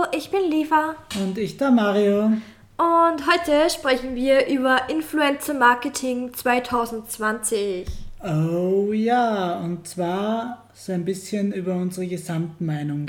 ich bin Liva. Und ich der Mario. Und heute sprechen wir über Influencer Marketing 2020. Oh ja, und zwar so ein bisschen über unsere Gesamtmeinung.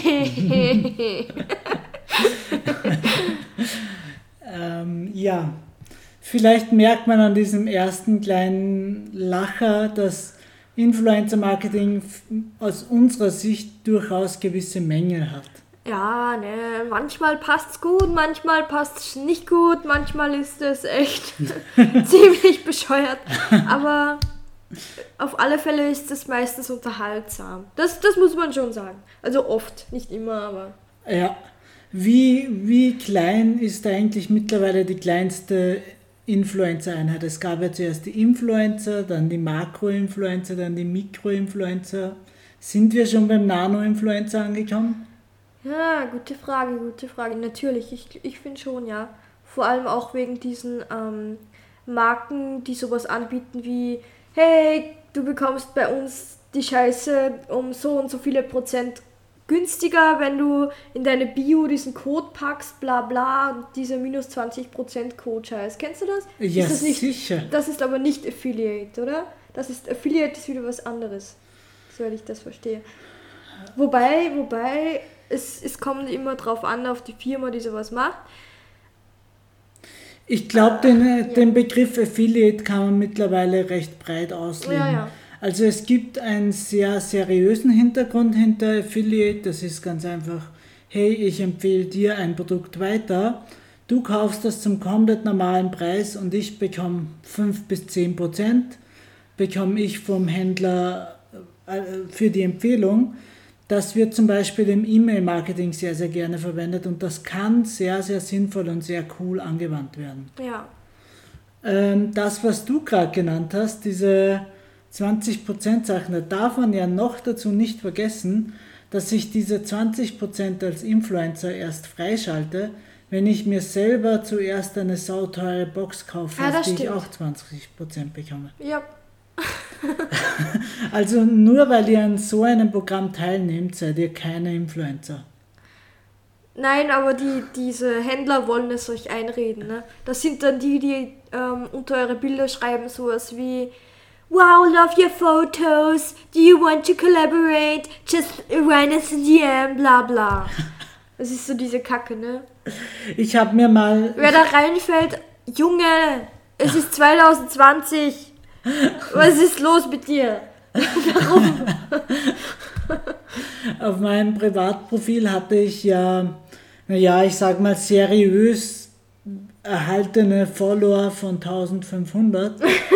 Ja, vielleicht merkt man an diesem ersten kleinen Lacher, dass Influencer Marketing aus unserer Sicht durchaus gewisse Mängel hat. Ja, ne, manchmal passt's gut, manchmal passt's nicht gut, manchmal ist es echt ziemlich bescheuert. Aber auf alle Fälle ist es meistens unterhaltsam. Das muss man schon sagen. Also oft, nicht immer, aber... Ja, wie klein ist eigentlich mittlerweile die kleinste Influencer-Einheit? Es gab ja zuerst die Influencer, dann die Makro-Influencer, dann die Mikro-Influencer. Sind wir schon beim Nano-Influencer angekommen? Ja, gute Frage. Natürlich, ich finde schon, ja. Vor allem auch wegen diesen Marken, die sowas anbieten wie, hey, du bekommst bei uns die Scheiße um so und so viele Prozent günstiger, wenn du in deine Bio diesen Code packst, bla bla, und dieser minus 20% Code-Scheiß. Kennst du das? Ja, ist das nicht, sicher. Das ist aber nicht Affiliate, oder? Affiliate ist wieder was anderes, soweit ich das verstehe. Wobei, es kommt immer drauf an, auf die Firma, die sowas macht. Ich glaube, den Begriff Affiliate kann man mittlerweile recht breit auslegen. Ja. Also es gibt einen sehr seriösen Hintergrund hinter Affiliate. Das ist ganz einfach, hey, ich empfehle dir ein Produkt weiter. Du kaufst das zum komplett normalen Preis und ich bekomme 5-10% bekomme ich vom Händler für die Empfehlung. Das wird zum Beispiel im E-Mail-Marketing sehr, sehr gerne verwendet und das kann sehr, sehr sinnvoll und sehr cool angewandt werden. Ja. Das, was du gerade genannt hast, diese 20% Sachen, da darf man ja noch dazu nicht vergessen, dass ich diese 20% als Influencer erst freischalte, wenn ich mir selber zuerst eine sauteure Box kaufe, auf die ich auch 20% bekomme. Ja. Also nur weil ihr an so einem Programm teilnehmt, seid ihr keine Influencer. Nein, aber diese Händler wollen es euch einreden. Ne? Das sind dann die unter eure Bilder schreiben sowas wie Wow, love your photos. Do you want to collaborate? Just write us a DM, bla bla. Das ist so diese Kacke, ne? Ich habe mir mal... Wer da reinfällt, Junge, es ist 2020. Was ist los mit dir? Warum? Auf meinem Privatprofil hatte ich ja, ich sag mal seriös erhaltene Follower von 1500.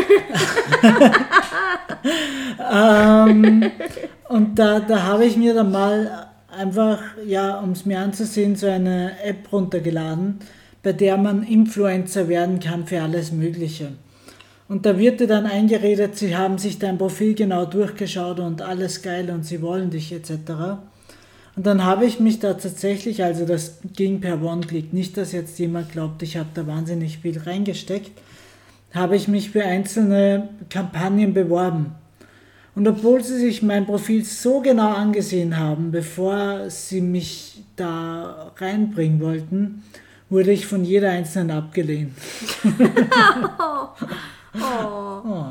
Und da habe ich mir dann mal einfach, um es mir anzusehen, so eine App runtergeladen, bei der man Influencer werden kann für alles Mögliche. Und da wird dir dann eingeredet, sie haben sich dein Profil genau durchgeschaut und alles geil und sie wollen dich etc. Und dann habe ich mich da tatsächlich, also das ging per One-Click, nicht, dass jetzt jemand glaubt, ich habe da wahnsinnig viel reingesteckt, habe ich mich für einzelne Kampagnen beworben. Und obwohl sie sich mein Profil so genau angesehen haben, bevor sie mich da reinbringen wollten, wurde ich von jeder einzelnen abgelehnt. Oh.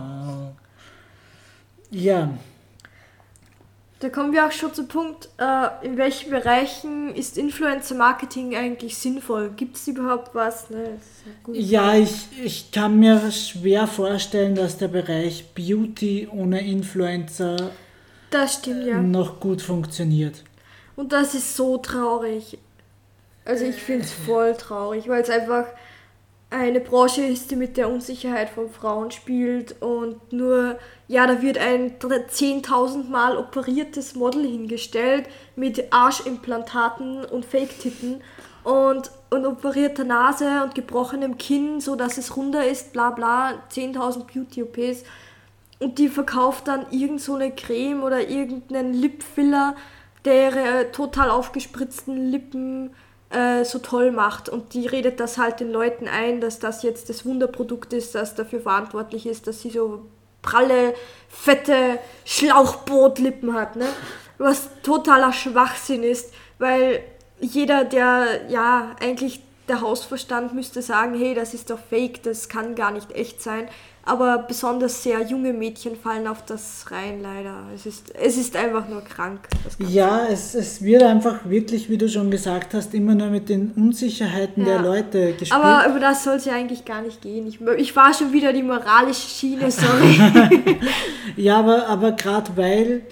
Ja. Da kommen wir auch schon zum Punkt, in welchen Bereichen ist Influencer-Marketing eigentlich sinnvoll? Gibt es überhaupt was? Ne? Ja, ich kann mir schwer vorstellen, dass der Bereich Beauty ohne Influencer das stimmt, ja. noch gut funktioniert. Und das ist so traurig. Also ich finde es voll traurig, weil es einfach eine Branche ist, die mit der Unsicherheit von Frauen spielt und nur, da wird ein 10.000 Mal operiertes Model hingestellt mit Arschimplantaten und Fake-Titten und operierter Nase und gebrochenem Kinn, so dass es runder ist, bla bla, 10.000 Beauty-OPs und die verkauft dann irgend so eine Creme oder irgendeinen Lipfiller, der ihre total aufgespritzten Lippen so toll macht und die redet das halt den Leuten ein, dass das jetzt das Wunderprodukt ist, das dafür verantwortlich ist, dass sie so pralle, fette Schlauchbootlippen hat, ne? Was totaler Schwachsinn ist, weil jeder, der ja eigentlich der Hausverstand müsste sagen, hey, das ist doch fake, das kann gar nicht echt sein. Aber besonders sehr junge Mädchen fallen auf das rein, leider. Es ist einfach nur krank. Ja, es wird einfach wirklich, wie du schon gesagt hast, immer nur mit den Unsicherheiten der Leute gespielt. Aber über das soll es ja eigentlich gar nicht gehen. Ich war schon wieder die moralische Schiene, sorry. Ja, aber gerade weil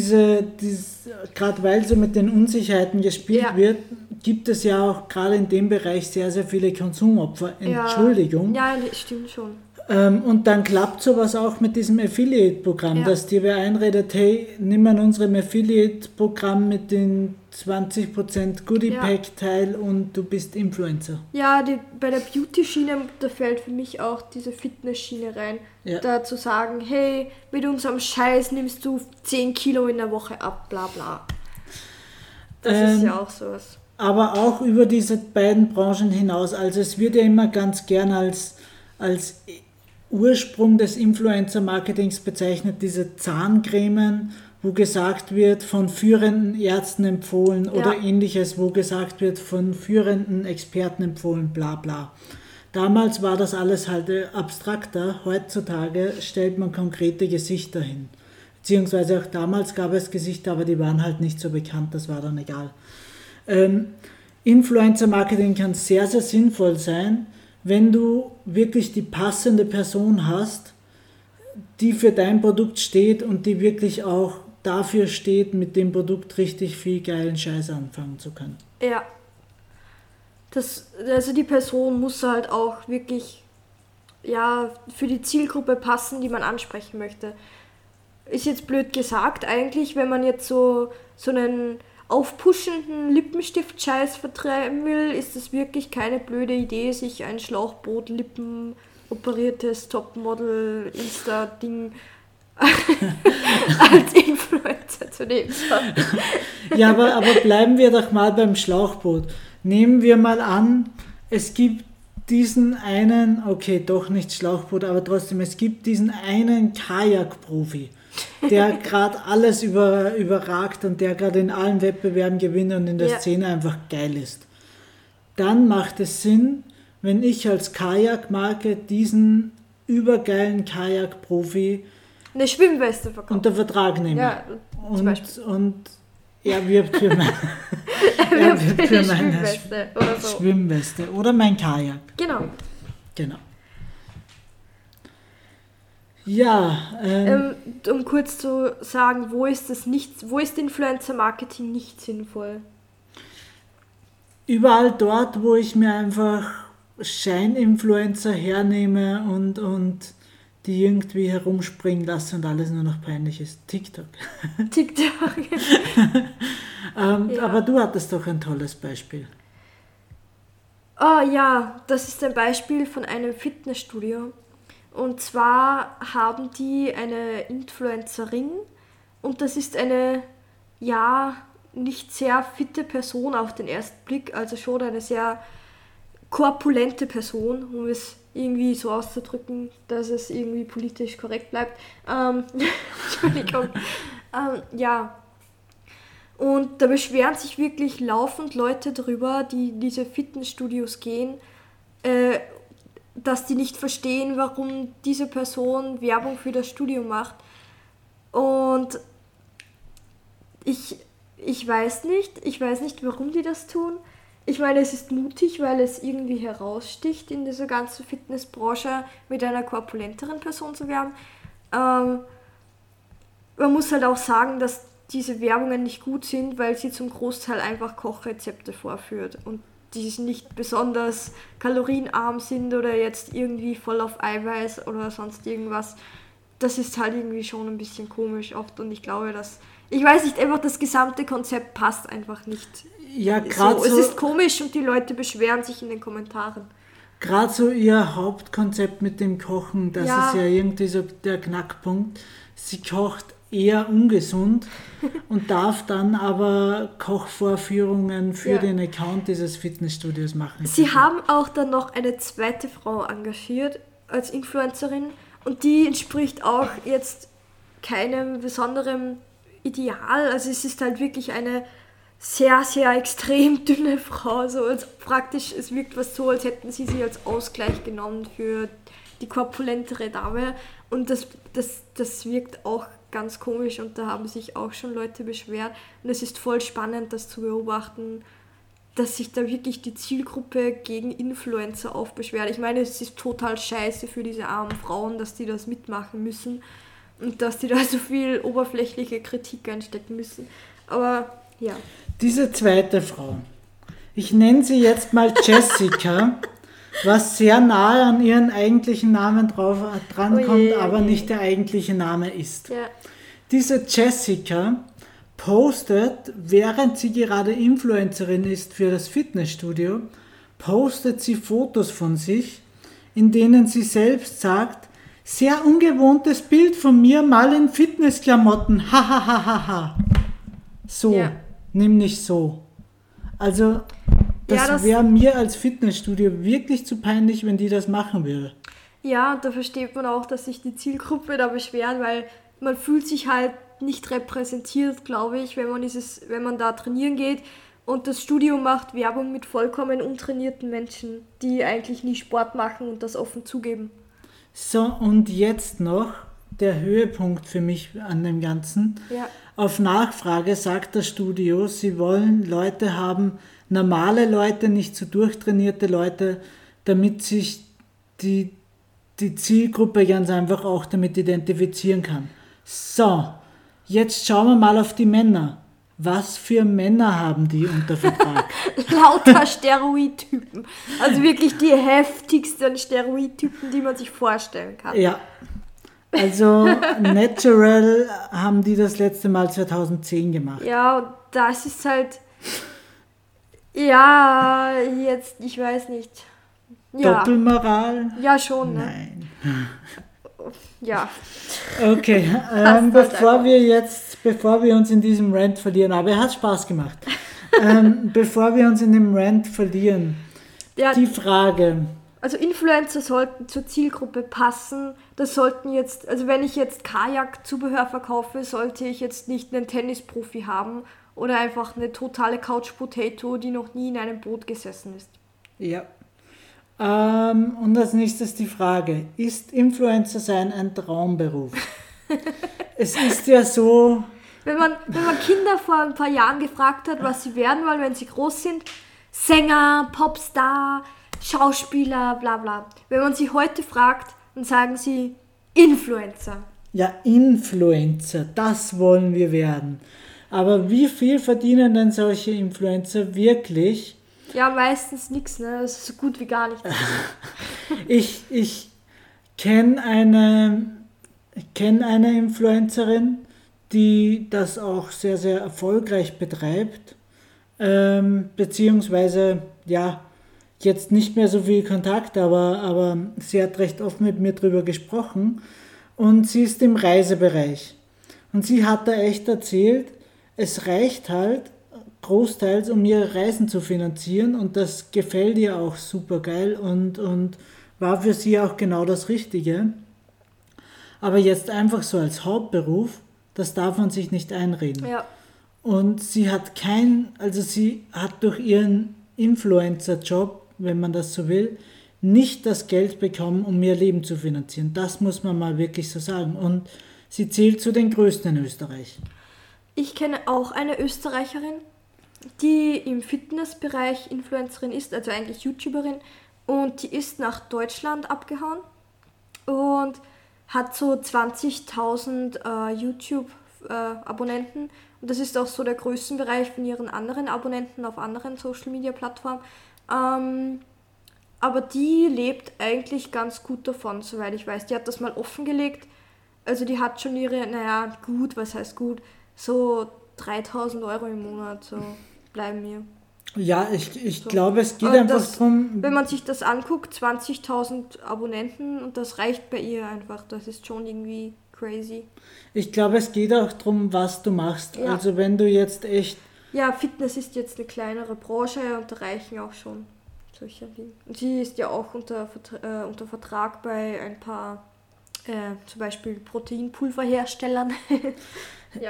weil so mit den Unsicherheiten gespielt wird, gibt es ja auch gerade in dem Bereich sehr, sehr viele Konsumopfer. Entschuldigung. Ja, das stimmt schon. Und dann klappt sowas auch mit diesem Affiliate-Programm, dass dir wer einredet, hey, nimm an unserem Affiliate-Programm mit den 20% Goodie-Pack teil und du bist Influencer. Ja, bei der Beauty-Schiene, da fällt für mich auch diese Fitness-Schiene rein. Ja. Da zu sagen, hey, mit unserem Scheiß nimmst du 10 Kilo in der Woche ab, bla bla. Das ist ja auch sowas. Aber auch über diese beiden Branchen hinaus, also es wird ja immer ganz gern als Ursprung des Influencer-Marketings bezeichnet, diese Zahncremen, wo gesagt wird, von führenden Ärzten empfohlen oder ähnliches, wo gesagt wird, von führenden Experten empfohlen, bla bla. Damals war das alles halt abstrakter, heutzutage stellt man konkrete Gesichter hin. Beziehungsweise auch damals gab es Gesichter, aber die waren halt nicht so bekannt, das war dann egal. Influencer-Marketing kann sehr, sehr sinnvoll sein, wenn du wirklich die passende Person hast, die für dein Produkt steht und die wirklich auch dafür steht, mit dem Produkt richtig viel geilen Scheiß anfangen zu können. Ja. Also die Person muss halt auch wirklich für die Zielgruppe passen, die man ansprechen möchte. Ist jetzt blöd gesagt eigentlich, wenn man jetzt so einen aufpuschenden Lippenstift-Scheiß vertreiben will, ist es wirklich keine blöde Idee, sich ein Schlauchboot-Lippen operiertes Topmodel-Insta-Ding als Influencer zu nehmen. Ja, aber bleiben wir doch mal beim Schlauchboot. Nehmen wir mal an, es gibt diesen einen, okay, doch nicht Schlauchboot, aber trotzdem, es gibt diesen einen Kajak-Profi, der gerade alles überragt und der gerade in allen Wettbewerben gewinnt und in der Szene einfach geil ist. Dann macht es Sinn, wenn ich als Kajakmarke diesen übergeilen Kajak-Profi eine Schwimmweste verkaufe. Unter Vertrag nehme. Ja, und er wirbt für meine Schwimmweste oder so. Schwimmweste oder mein Kajak. Genau. Ja. Um kurz zu sagen, wo ist Influencer-Marketing nicht sinnvoll? Überall dort, wo ich mir einfach Scheininfluencer hernehme und die irgendwie herumspringen lasse und alles nur noch peinlich ist. TikTok. Aber du hattest doch ein tolles Beispiel. Oh ja, das ist ein Beispiel von einem Fitnessstudio. Und zwar haben die eine Influencerin und das ist eine, nicht sehr fitte Person auf den ersten Blick, also schon eine sehr korpulente Person, um es irgendwie so auszudrücken, dass es irgendwie politisch korrekt bleibt. Entschuldigung. Und da beschweren sich wirklich laufend Leute drüber, die in diese Fitnessstudios gehen, dass die nicht verstehen, warum diese Person Werbung für das Studio macht. Und ich weiß nicht, warum die das tun. Ich meine, es ist mutig, weil es irgendwie heraussticht, in dieser ganzen Fitnessbranche mit einer korpulenteren Person zu werben. Man muss halt auch sagen, dass diese Werbungen nicht gut sind, weil sie zum Großteil einfach Kochrezepte vorführt und die nicht besonders kalorienarm sind oder jetzt irgendwie voll auf Eiweiß oder sonst irgendwas. Das ist halt irgendwie schon ein bisschen komisch oft und ich glaube, ich weiß nicht, einfach das gesamte Konzept passt einfach nicht. Ja, gerade so. Es ist komisch und die Leute beschweren sich in den Kommentaren. Gerade so ihr Hauptkonzept mit dem Kochen, das ist ja irgendwie so der Knackpunkt. Sie kocht eher ungesund und darf dann aber Kochvorführungen für den Account dieses Fitnessstudios machen. Sie haben auch dann noch eine zweite Frau engagiert als Influencerin und die entspricht auch jetzt keinem besonderen Ideal. Also es ist halt wirklich eine sehr, sehr extrem dünne Frau. So als praktisch, es wirkt was so, als hätten sie sie als Ausgleich genommen für die korpulentere Dame. Und das wirkt auch ganz komisch und da haben sich auch schon Leute beschwert. Und es ist voll spannend, das zu beobachten, dass sich da wirklich die Zielgruppe gegen Influencer aufbeschwert. Ich meine, es ist total scheiße für diese armen Frauen, dass die das mitmachen müssen und dass die da so viel oberflächliche Kritik einstecken müssen. Aber ja. Diese zweite Frau, ich nenne sie jetzt mal Jessica, was sehr nahe an ihren eigentlichen Namen drankommt, aber nicht der eigentliche Name ist. Ja. Diese Jessica postet, während sie gerade Influencerin ist für das Fitnessstudio, postet sie Fotos von sich, in denen sie selbst sagt, sehr ungewohntes Bild von mir, mal in Fitnessklamotten, ha. So, nämlich so. Also, das wäre mir als Fitnessstudio wirklich zu peinlich, wenn die das machen würde. Ja, und da versteht man auch, dass sich die Zielgruppe da beschwert, weil man fühlt sich halt nicht repräsentiert, glaube ich, wenn man da trainieren geht und das Studio macht Werbung mit vollkommen untrainierten Menschen, die eigentlich nie Sport machen und das offen zugeben. So, und jetzt noch der Höhepunkt für mich an dem Ganzen. Ja. Auf Nachfrage sagt das Studio, sie wollen Leute haben, normale Leute, nicht so durchtrainierte Leute, damit sich die Zielgruppe ganz einfach auch damit identifizieren kann. So, jetzt schauen wir mal auf die Männer. Was für Männer haben die unter Vertrag? Lauter Steroidtypen. Also wirklich die heftigsten Steroidtypen, die man sich vorstellen kann. Ja, also Natural haben die das letzte Mal 2010 gemacht. Ja, und das ist halt... Ja, jetzt, ich weiß nicht. Ja. Doppelmoral? Ja, schon, ne? Nein. Ja. Okay, bevor wir uns in diesem Rant verlieren, aber er hat Spaß gemacht. Bevor wir uns in dem Rant verlieren, die Frage. Also Influencer sollten zur Zielgruppe passen. Das sollten jetzt, also wenn ich jetzt Kajak-Zubehör verkaufe, sollte ich jetzt nicht einen Tennisprofi haben oder einfach eine totale Couch-Potato, die noch nie in einem Boot gesessen ist. Ja. Und als nächstes die Frage, ist Influencer sein ein Traumberuf? Es ist ja so... Wenn man Kinder vor ein paar Jahren gefragt hat, was sie werden wollen, wenn sie groß sind, Sänger, Popstar, Schauspieler, bla bla. Wenn man sie heute fragt, dann sagen sie Influencer. Ja, Influencer, das wollen wir werden. Aber wie viel verdienen denn solche Influencer wirklich? Ja, meistens nichts, ne? Das ist so gut wie gar nichts. Ich kenne eine Influencerin, die das auch sehr, sehr erfolgreich betreibt, beziehungsweise, ja, jetzt nicht mehr so viel Kontakt, aber sie hat recht oft mit mir drüber gesprochen und sie ist im Reisebereich. Und sie hat da echt erzählt, es reicht halt großteils, um ihre Reisen zu finanzieren und das gefällt ihr auch super geil und war für sie auch genau das Richtige. Aber jetzt einfach so als Hauptberuf, das darf man sich nicht einreden. Ja. Und sie hat durch ihren Influencer-Job, wenn man das so will, nicht das Geld bekommen, um ihr Leben zu finanzieren. Das muss man mal wirklich so sagen. Und sie zählt zu den größten in Österreich. Ich kenne auch eine Österreicherin, die im Fitnessbereich Influencerin ist, also eigentlich YouTuberin, und die ist nach Deutschland abgehauen und hat so 20.000 YouTube-Abonnenten und das ist auch so der Größenbereich von ihren anderen Abonnenten auf anderen Social-Media-Plattformen. Aber die lebt eigentlich ganz gut davon, soweit ich weiß. Die hat das mal offengelegt, also die hat schon ihre, was heißt gut, so 3.000 Euro im Monat, so bleiben mir. Ja, ich glaube, es geht einfach darum... Wenn man sich das anguckt, 20.000 Abonnenten und das reicht bei ihr einfach. Das ist schon irgendwie crazy. Ich glaube, es geht auch darum, was du machst. Ja. Also wenn du jetzt echt... Ja, Fitness ist jetzt eine kleinere Branche und da reichen auch schon solche Dinge. Und sie ist ja auch unter Vertrag bei ein paar, zum Beispiel Proteinpulverherstellern. Ja.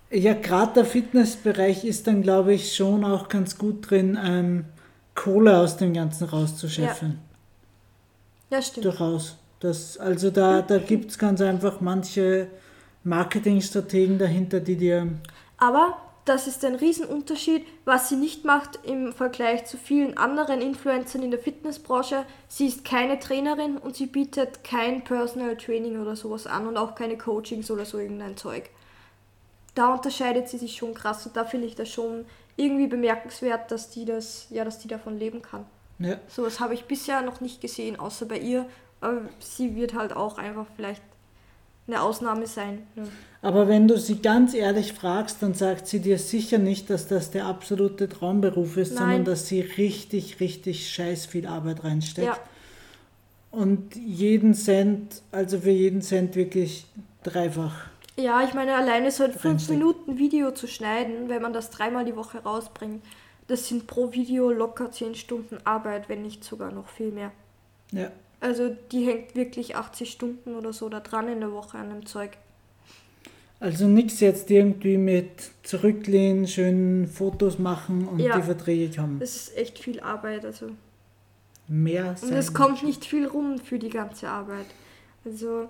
Ja, gerade der Fitnessbereich ist dann, glaube ich, schon auch ganz gut drin, Kohle aus dem Ganzen rauszuscheffeln. Ja, stimmt. Durchaus. Also da gibt es ganz einfach manche Marketingstrategen dahinter, die dir... Aber das ist ein Riesenunterschied, was sie nicht macht im Vergleich zu vielen anderen Influencern in der Fitnessbranche. Sie ist keine Trainerin und sie bietet kein Personal Training oder sowas an und auch keine Coachings oder so irgendein Zeug. Da unterscheidet sie sich schon krass und da finde ich das schon irgendwie bemerkenswert, dass die davon leben kann. Ja. Sowas habe ich bisher noch nicht gesehen, außer bei ihr. Aber sie wird halt auch einfach vielleicht eine Ausnahme sein. Ja. Aber wenn du sie ganz ehrlich fragst, dann sagt sie dir sicher nicht, dass das der absolute Traumberuf ist, sondern dass sie richtig, richtig scheiß viel Arbeit reinsteckt. Ja. Und jeden Cent, also für jeden Cent wirklich dreifach. Ja, ich meine, alleine so ein 5 Reinstecken. Minuten Video zu schneiden, wenn man das 3-mal die Woche rausbringt, das sind pro Video locker 10 Stunden Arbeit, wenn nicht sogar noch viel mehr. Ja. Also die hängt wirklich 80 Stunden oder so da dran in der Woche an dem Zeug. Also nichts jetzt irgendwie mit zurücklehnen, schön Fotos machen und die Verträge kommen. Das ist echt viel Arbeit, also. Mehr Und es kommt nicht viel rum für die ganze Arbeit. Also,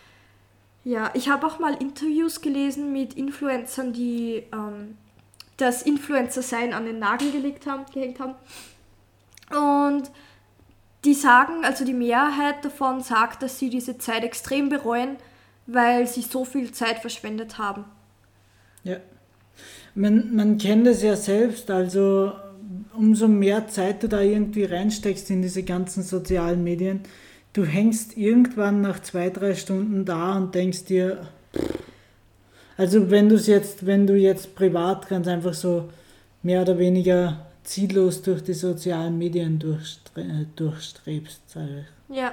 ja, ich habe auch mal Interviews gelesen mit Influencern, die das Influencer-Sein an den Nagel gehängt haben. Und die sagen, also die Mehrheit davon sagt, dass sie diese Zeit extrem bereuen, weil sie so viel Zeit verschwendet haben. Ja. Man kennt es ja selbst, also umso mehr Zeit du da irgendwie reinsteckst in diese ganzen sozialen Medien, du hängst irgendwann nach 2-3 Stunden da und denkst dir, also wenn du jetzt privat ganz einfach so mehr oder weniger ziellos durch die sozialen Medien durchstrebst, sage ich. Ja.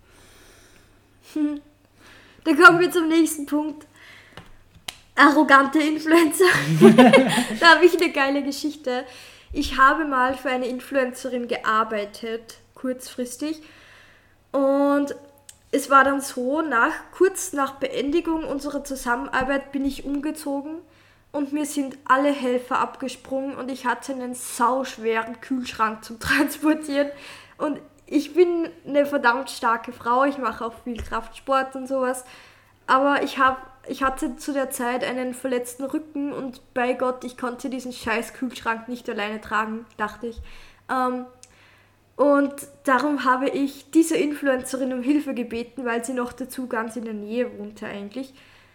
Dann kommen wir zum nächsten Punkt. Arrogante Influencer. Da habe ich eine geile Geschichte. Ich habe mal für eine Influencerin gearbeitet, kurzfristig. Und es war dann so, kurz nach Beendigung unserer Zusammenarbeit bin ich umgezogen und mir sind alle Helfer abgesprungen und ich hatte einen sauschweren Kühlschrank zum Transportieren. Und ich bin eine verdammt starke Frau, ich mache auch viel Kraftsport und sowas. Aber ich hatte zu der Zeit einen verletzten Rücken und bei Gott, ich konnte diesen scheiß Kühlschrank nicht alleine tragen, dachte ich. Und darum habe ich diese Influencerin um Hilfe gebeten, weil sie noch dazu ganz in der Nähe wohnte eigentlich.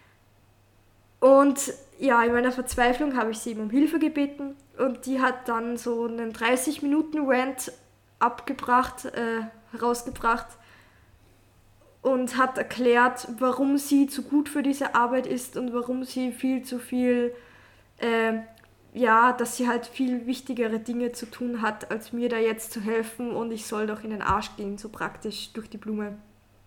Und ja, in meiner Verzweiflung habe ich sie eben um Hilfe gebeten und die hat dann so einen 30-Minuten-Rant herausgebracht und hat erklärt, warum sie zu gut für diese Arbeit ist und warum sie viel zu viel, dass sie halt viel wichtigere Dinge zu tun hat, als mir da jetzt zu helfen und ich soll doch in den Arsch gehen, so praktisch durch die Blume.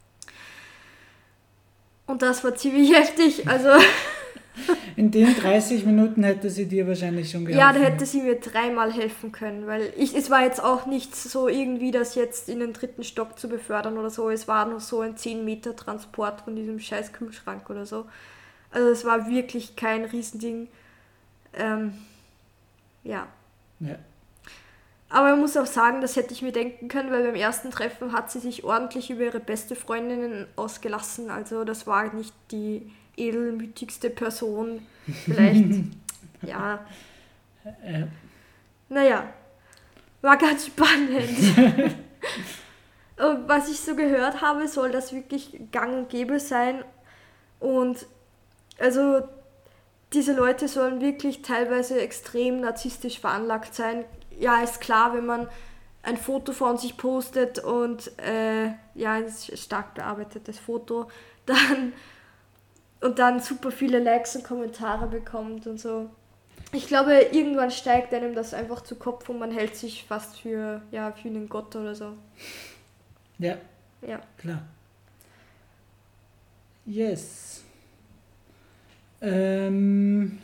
Und das war ziemlich heftig, also... In den 30 Minuten hätte sie dir wahrscheinlich schon geholfen. Ja, da hätte sie mir 3-mal helfen können, weil es war jetzt auch nicht so irgendwie, das jetzt in den 3. Stock zu befördern oder so. Es war nur so ein 10 Meter Transport von diesem scheiß Kühlschrank oder so. Also es war wirklich kein Riesending. Ja. Aber man muss auch sagen, das hätte ich mir denken können, weil beim ersten Treffen hat sie sich ordentlich über ihre beste Freundin ausgelassen. Also das war nicht die edelmütigste Person, vielleicht, ja. Naja, war ganz spannend. Und was ich so gehört habe, soll das wirklich gang und gäbe sein. Und also diese Leute sollen wirklich teilweise extrem narzisstisch veranlagt sein. Ja, ist klar, wenn man ein Foto von sich postet und ein stark bearbeitetes Foto, dann super viele Likes und Kommentare bekommt und so. Ich glaube, irgendwann steigt einem das einfach zu Kopf und man hält sich fast für einen Gott oder so. Ja. Klar. Yes. Ein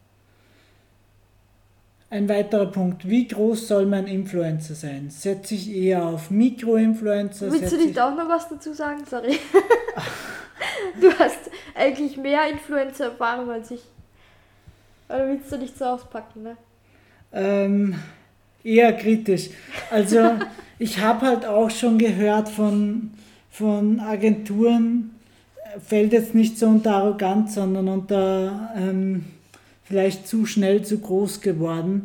weiterer Punkt. Wie groß soll mein Influencer sein? Setze ich eher auf Mikroinfluencer? Willst du nicht auch noch was dazu sagen? Sorry. Du hast eigentlich mehr Influencer-Erfahrung als ich. Oder willst du nicht so auspacken, ne? Eher kritisch. Also ich habe halt auch schon gehört von Agenturen, fällt jetzt nicht so unter Arroganz, sondern unter vielleicht zu schnell zu groß geworden,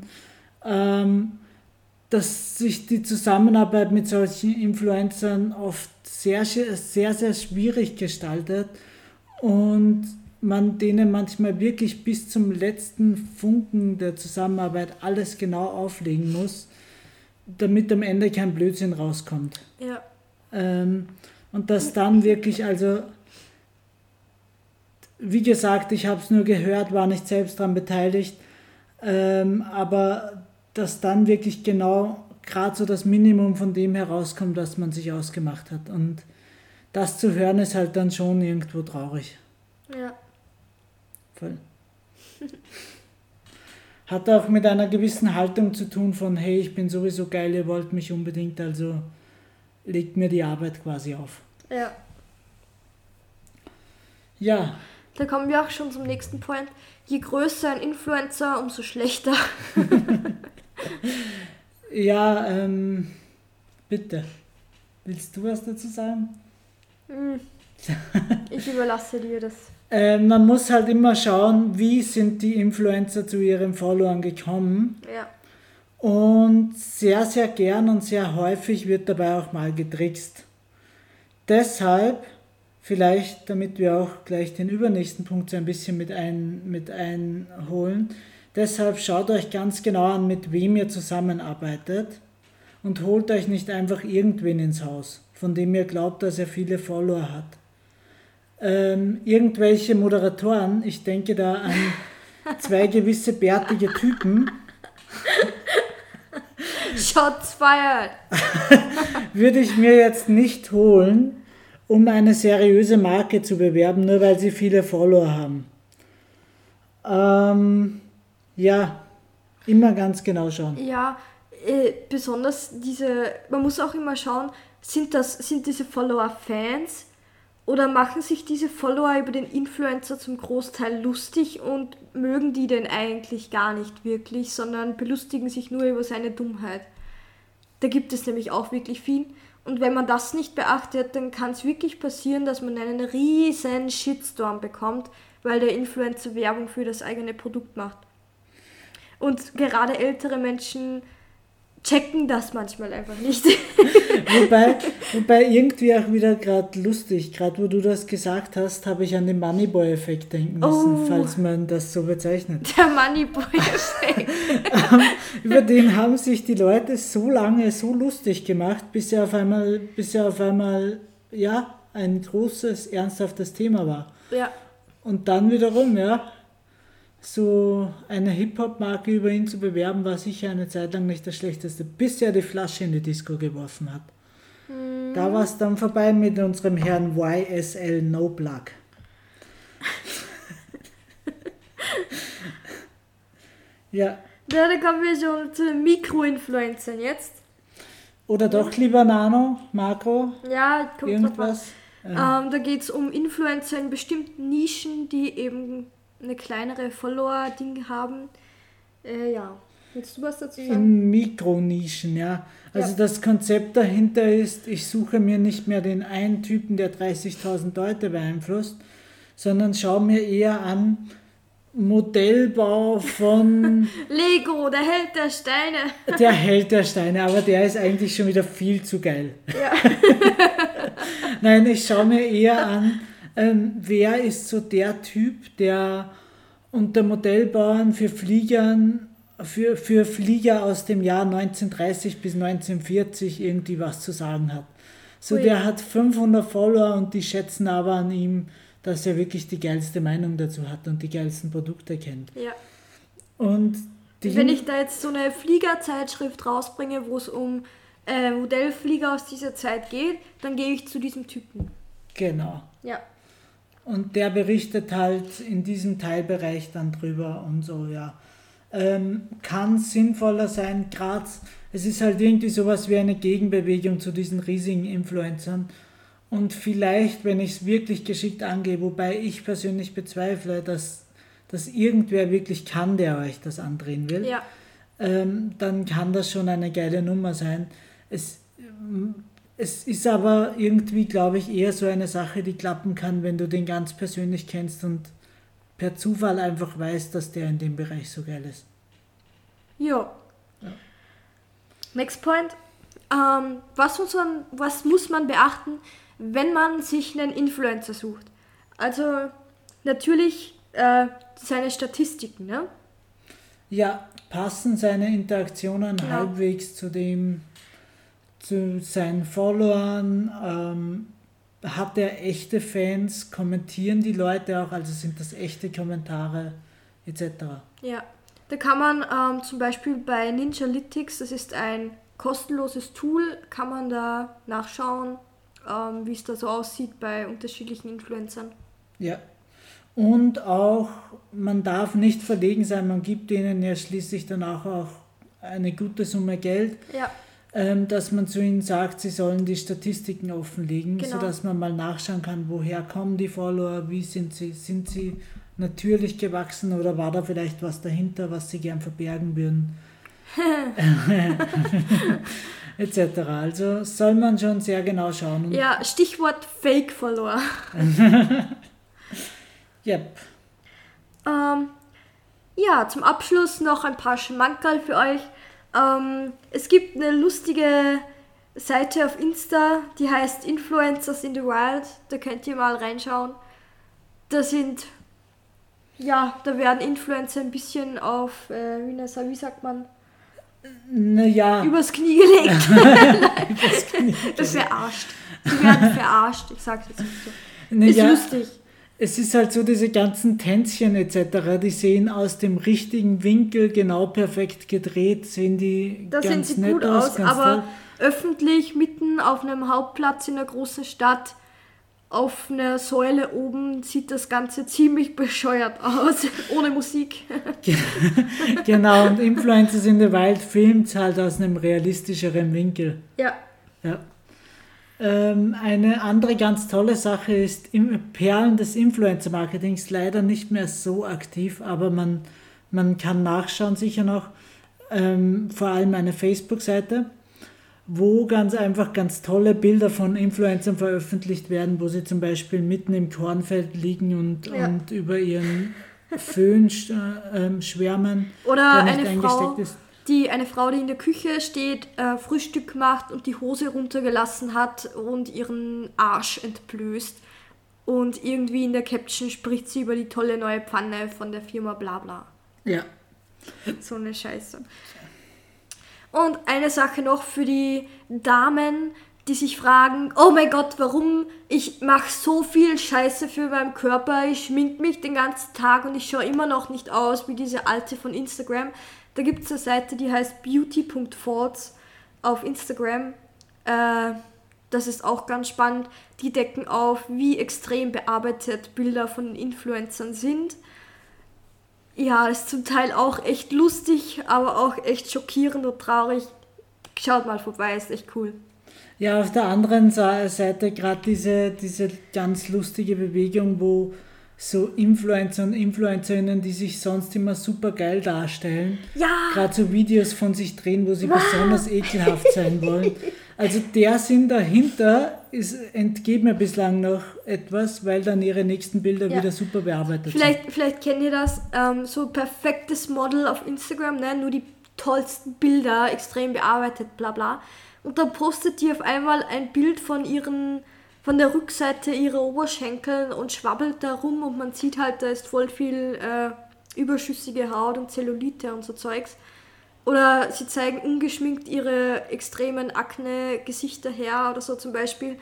dass sich die Zusammenarbeit mit solchen Influencern oft sehr, sehr, sehr schwierig gestaltet und man denen manchmal wirklich bis zum letzten Funken der Zusammenarbeit alles genau auflegen muss, damit am Ende kein Blödsinn rauskommt. Ja. Und das dann wirklich, also wie gesagt, ich habe es nur gehört, war nicht selbst daran beteiligt, aber dass dann wirklich genau gerade so das Minimum von dem herauskommt, was man sich ausgemacht hat. Und das zu hören ist halt dann schon irgendwo traurig. Ja. Voll. Hat auch mit einer gewissen Haltung zu tun von, hey, ich bin sowieso geil, ihr wollt mich unbedingt, also legt mir die Arbeit quasi auf. Ja. Ja. Da kommen wir auch schon zum nächsten Point. Je größer ein Influencer, umso schlechter. Ja, bitte. Willst du was dazu sagen? Ich überlasse dir das. Man muss halt immer schauen, wie sind die Influencer zu ihren Followern gekommen. Ja. Und sehr, sehr gern und sehr häufig wird dabei auch mal getrickst. Deshalb, vielleicht, damit wir auch gleich den übernächsten Punkt so ein bisschen mit einholen, deshalb schaut euch ganz genau an, mit wem ihr zusammenarbeitet und holt euch nicht einfach irgendwen ins Haus, von dem ihr glaubt, dass er viele Follower hat. Irgendwelche Moderatoren, ich denke da an zwei gewisse bärtige Typen, Shots fired! würde ich mir jetzt nicht holen, um eine seriöse Marke zu bewerben, nur weil sie viele Follower haben. Ja, immer ganz genau schauen. Ja, besonders man muss auch immer schauen, sind diese Follower Fans oder machen sich diese Follower über den Influencer zum Großteil lustig und mögen die denn eigentlich gar nicht wirklich, sondern belustigen sich nur über seine Dummheit. Da gibt es nämlich auch wirklich viel. Und wenn man das nicht beachtet, dann kann es wirklich passieren, dass man einen riesen Shitstorm bekommt, weil der Influencer Werbung für das eigene Produkt macht. Und gerade ältere Menschen checken das manchmal einfach nicht. Wobei irgendwie auch wieder gerade lustig, gerade wo du das gesagt hast, habe ich an den Moneyboy-Effekt denken müssen, falls man das so bezeichnet. Der Moneyboy-Effekt. Über den haben sich die Leute so lange so lustig gemacht, bis er auf einmal ja, ein großes, ernsthaftes Thema war. Ja. Und dann wiederum, ja, so eine Hip-Hop-Marke über ihn zu bewerben, war sicher eine Zeit lang nicht das Schlechteste, bis er die Flasche in die Disco geworfen hat. Da war es dann vorbei mit unserem Herrn YSL No Plug. Ja. Ja, da kommen wir schon zu den Mikro-Influencern jetzt. Oder doch lieber Nano, Makro, Ja, kommt irgendwas. Da geht es um Influencer in bestimmten Nischen, die eben eine kleinere Follower-Ding haben. Ja, willst du was dazu sagen? In Mikronischen, ja. Also Ja. das Konzept dahinter ist, ich suche mir nicht mehr den einen Typen, der 30.000 Leute beeinflusst, sondern schaue mir eher an, Modellbau von Lego, der Held der Steine. der Held der Steine, aber der ist eigentlich schon wieder viel zu geil. Ja. Nein, ich schaue mir eher an, wer ist so der Typ, der unter Modellbauern für Flieger aus dem Jahr 1930 bis 1940 irgendwie was zu sagen hat. So, Ui. der hat 500 Follower und die schätzen aber an ihm, dass er wirklich die geilste Meinung dazu hat und die geilsten Produkte kennt. Ja. Und Wenn ich da jetzt so eine Fliegerzeitschrift rausbringe, wo es um Modellflieger aus dieser Zeit geht, dann gehe ich zu diesem Typen. Genau. Ja. Und der berichtet halt in diesem Teilbereich dann drüber und so, ja. Kann sinnvoller sein, gerade, es ist halt irgendwie sowas wie eine Gegenbewegung zu diesen riesigen Influencern. Und vielleicht, wenn ich es wirklich geschickt angehe, wobei ich persönlich bezweifle, dass dass irgendwer wirklich kann, der euch das andrehen will, Ja. dann kann das schon eine geile Nummer sein. Es ist aber irgendwie, glaube ich, eher so eine Sache, die klappen kann, wenn du den ganz persönlich kennst und per Zufall einfach weißt, dass der in dem Bereich so geil ist. Ja. Next point. Was muss man beachten, wenn man sich einen Influencer sucht? Also natürlich seine Statistiken, ne? Ja, passen seine Interaktionen Genau. halbwegs zu seinen Followern? Hat er echte Fans? Kommentieren die Leute auch? Also sind das echte Kommentare etc.? Ja. Da kann man zum Beispiel bei Ninjalytics, das ist ein kostenloses Tool, kann man da nachschauen, wie es da so aussieht bei unterschiedlichen Influencern. Ja. Und auch, man darf nicht verlegen sein, man gibt denen ja schließlich dann auch eine gute Summe Geld, Ja, dass man zu ihnen sagt, sie sollen die Statistiken offenlegen, Genau. sodass man mal nachschauen kann, woher kommen die Follower, wie sind sie natürlich gewachsen oder war da vielleicht was dahinter, was sie gern verbergen würden, etc. Also soll man schon sehr genau schauen. Und ja, Stichwort Fake-Follower. Yep. Ja, zum Abschluss noch ein paar Schmankerl für euch. Es gibt eine lustige Seite auf Insta, die heißt Influencers in the Wild. Da könnt ihr mal reinschauen. Da werden Influencer ein bisschen auf, wie sagt man, Naja, übers Knie gelegt. das kann ich Das verarscht. Die werden verarscht, ich sag's jetzt nicht so. Ist Naja, lustig. es ist halt so, diese ganzen Tänzchen etc., die sehen aus dem richtigen Winkel genau perfekt gedreht, sehen die Da sehen ganz sie nett gut aus, aus, ganz aber toll. öffentlich mitten auf einem Hauptplatz in einer großen Stadt auf einer Säule oben sieht das Ganze ziemlich bescheuert aus, ohne Musik. Genau, und Influencers in the Wild filmt halt aus einem realistischeren Winkel. Ja, Ja. Eine andere ganz tolle Sache ist Perlen des Influencer-Marketings, leider nicht mehr so aktiv, aber man kann nachschauen sicher noch, vor allem eine Facebook-Seite, wo ganz einfach ganz tolle Bilder von Influencern veröffentlicht werden, wo sie zum Beispiel mitten im Kornfeld liegen und über ihren Föhn schwärmen, oder der nicht eine Frau, eingesteckt ist. die in der Küche steht, Frühstück macht und die Hose runtergelassen hat und ihren Arsch entblößt. Und irgendwie in der Caption spricht sie über die tolle neue Pfanne von der Firma Blabla. Ja. So eine Scheiße. Und eine Sache noch für die Damen, die sich fragen, oh mein Gott, warum? Ich mache so viel Scheiße für meinen Körper, ich schmink mich den ganzen Tag und ich schaue immer noch nicht aus wie diese Alte von Instagram. Da gibt es eine Seite, die heißt beauty.thoughts auf Instagram. Das ist auch ganz spannend. Die decken auf, wie extrem bearbeitet Bilder von Influencern sind. Ja, ist zum Teil auch echt lustig, aber auch echt schockierend und traurig. Schaut mal vorbei, ist echt cool. Ja, auf der anderen Seite gerade diese ganz lustige Bewegung, wo so Influencer und Influencerinnen, die sich sonst immer super geil darstellen, Ja, gerade so Videos von sich drehen, wo sie besonders ekelhaft sein wollen. Also der Sinn dahinter entgeht mir bislang noch etwas, weil dann ihre nächsten Bilder Ja. wieder super bearbeitet vielleicht kennt ihr das, so perfektes Model auf Instagram, ne? Nur die tollsten Bilder, extrem bearbeitet, bla bla. Und dann postet die auf einmal ein Bild von der Rückseite ihrer Oberschenkeln und schwabbelt da rum und man sieht halt, da ist voll viel überschüssige Haut und Zellulite und so Zeugs. Oder sie zeigen ungeschminkt ihre extremen Akne-Gesichter her oder so zum Beispiel.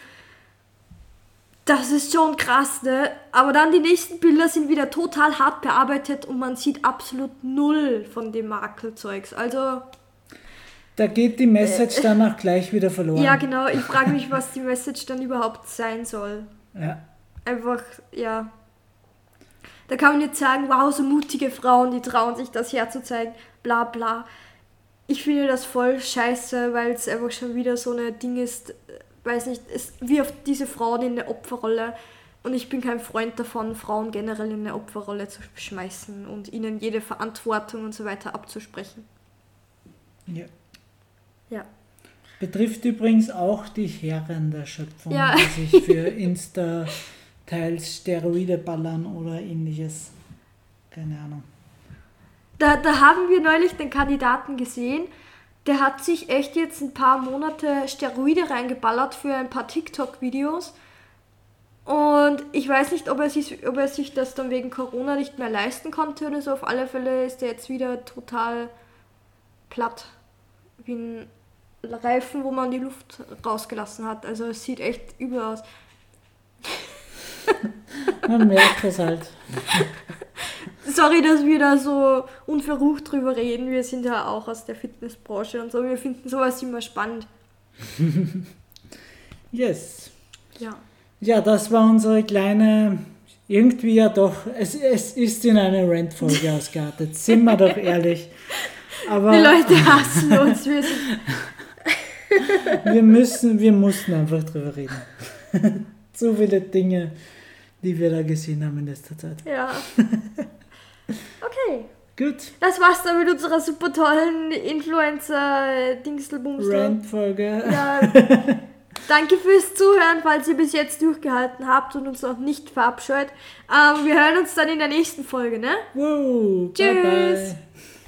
Das ist schon krass, ne? Aber dann die nächsten Bilder sind wieder total hart bearbeitet und man sieht absolut null von dem Makelzeugs. Also, Da geht die Message dann auch gleich wieder verloren. ja genau, ich frage mich, was die Message dann überhaupt sein soll. Ja. Einfach, ja. Da kann man jetzt sagen, wow, so mutige Frauen, die trauen sich das herzuzeigen, bla bla. Ich finde das voll scheiße, weil es einfach schon wieder so ein Ding ist, weiß nicht, es wirft diese Frauen in eine Opferrolle. Und ich bin kein Freund davon, Frauen generell in eine Opferrolle zu schmeißen und ihnen jede Verantwortung und so weiter abzusprechen. Ja. Ja. Betrifft übrigens auch die Herren der Schöpfung, Ja. die sich für Insta teils Steroide ballern oder ähnliches. Keine Ahnung. Da haben wir neulich den Kandidaten gesehen, der hat sich echt jetzt ein paar Monate Steroide reingeballert für ein paar TikTok-Videos. Und ich weiß nicht, ob er sich das dann wegen Corona nicht mehr leisten konnte oder so. Auf alle Fälle ist er jetzt wieder total platt. Wie ein Reifen, wo man die Luft rausgelassen hat. Also es sieht echt übel aus. Man merkt es halt. Sorry, dass wir da so unverrucht drüber reden. Wir sind ja auch aus der Fitnessbranche und so. Wir finden sowas immer spannend. Yes. Ja. Ja, das war unsere kleine, irgendwie ja doch, es ist in eine Rant-Folge ausgeartet, sind wir doch ehrlich. Aber Die Leute hassen uns. wir mussten einfach drüber reden. Zu viele Dinge, die wir da gesehen haben in letzter Zeit. Ja. Okay. Gut. Das war's dann mit unserer super tollen Influencer-Dingselbumster. Rant-Folge. Ja. Danke fürs Zuhören, falls ihr bis jetzt durchgehalten habt und uns noch nicht verabscheut. Wir hören uns dann in der nächsten Folge, ne? Wow. Tschüss. Bye bye.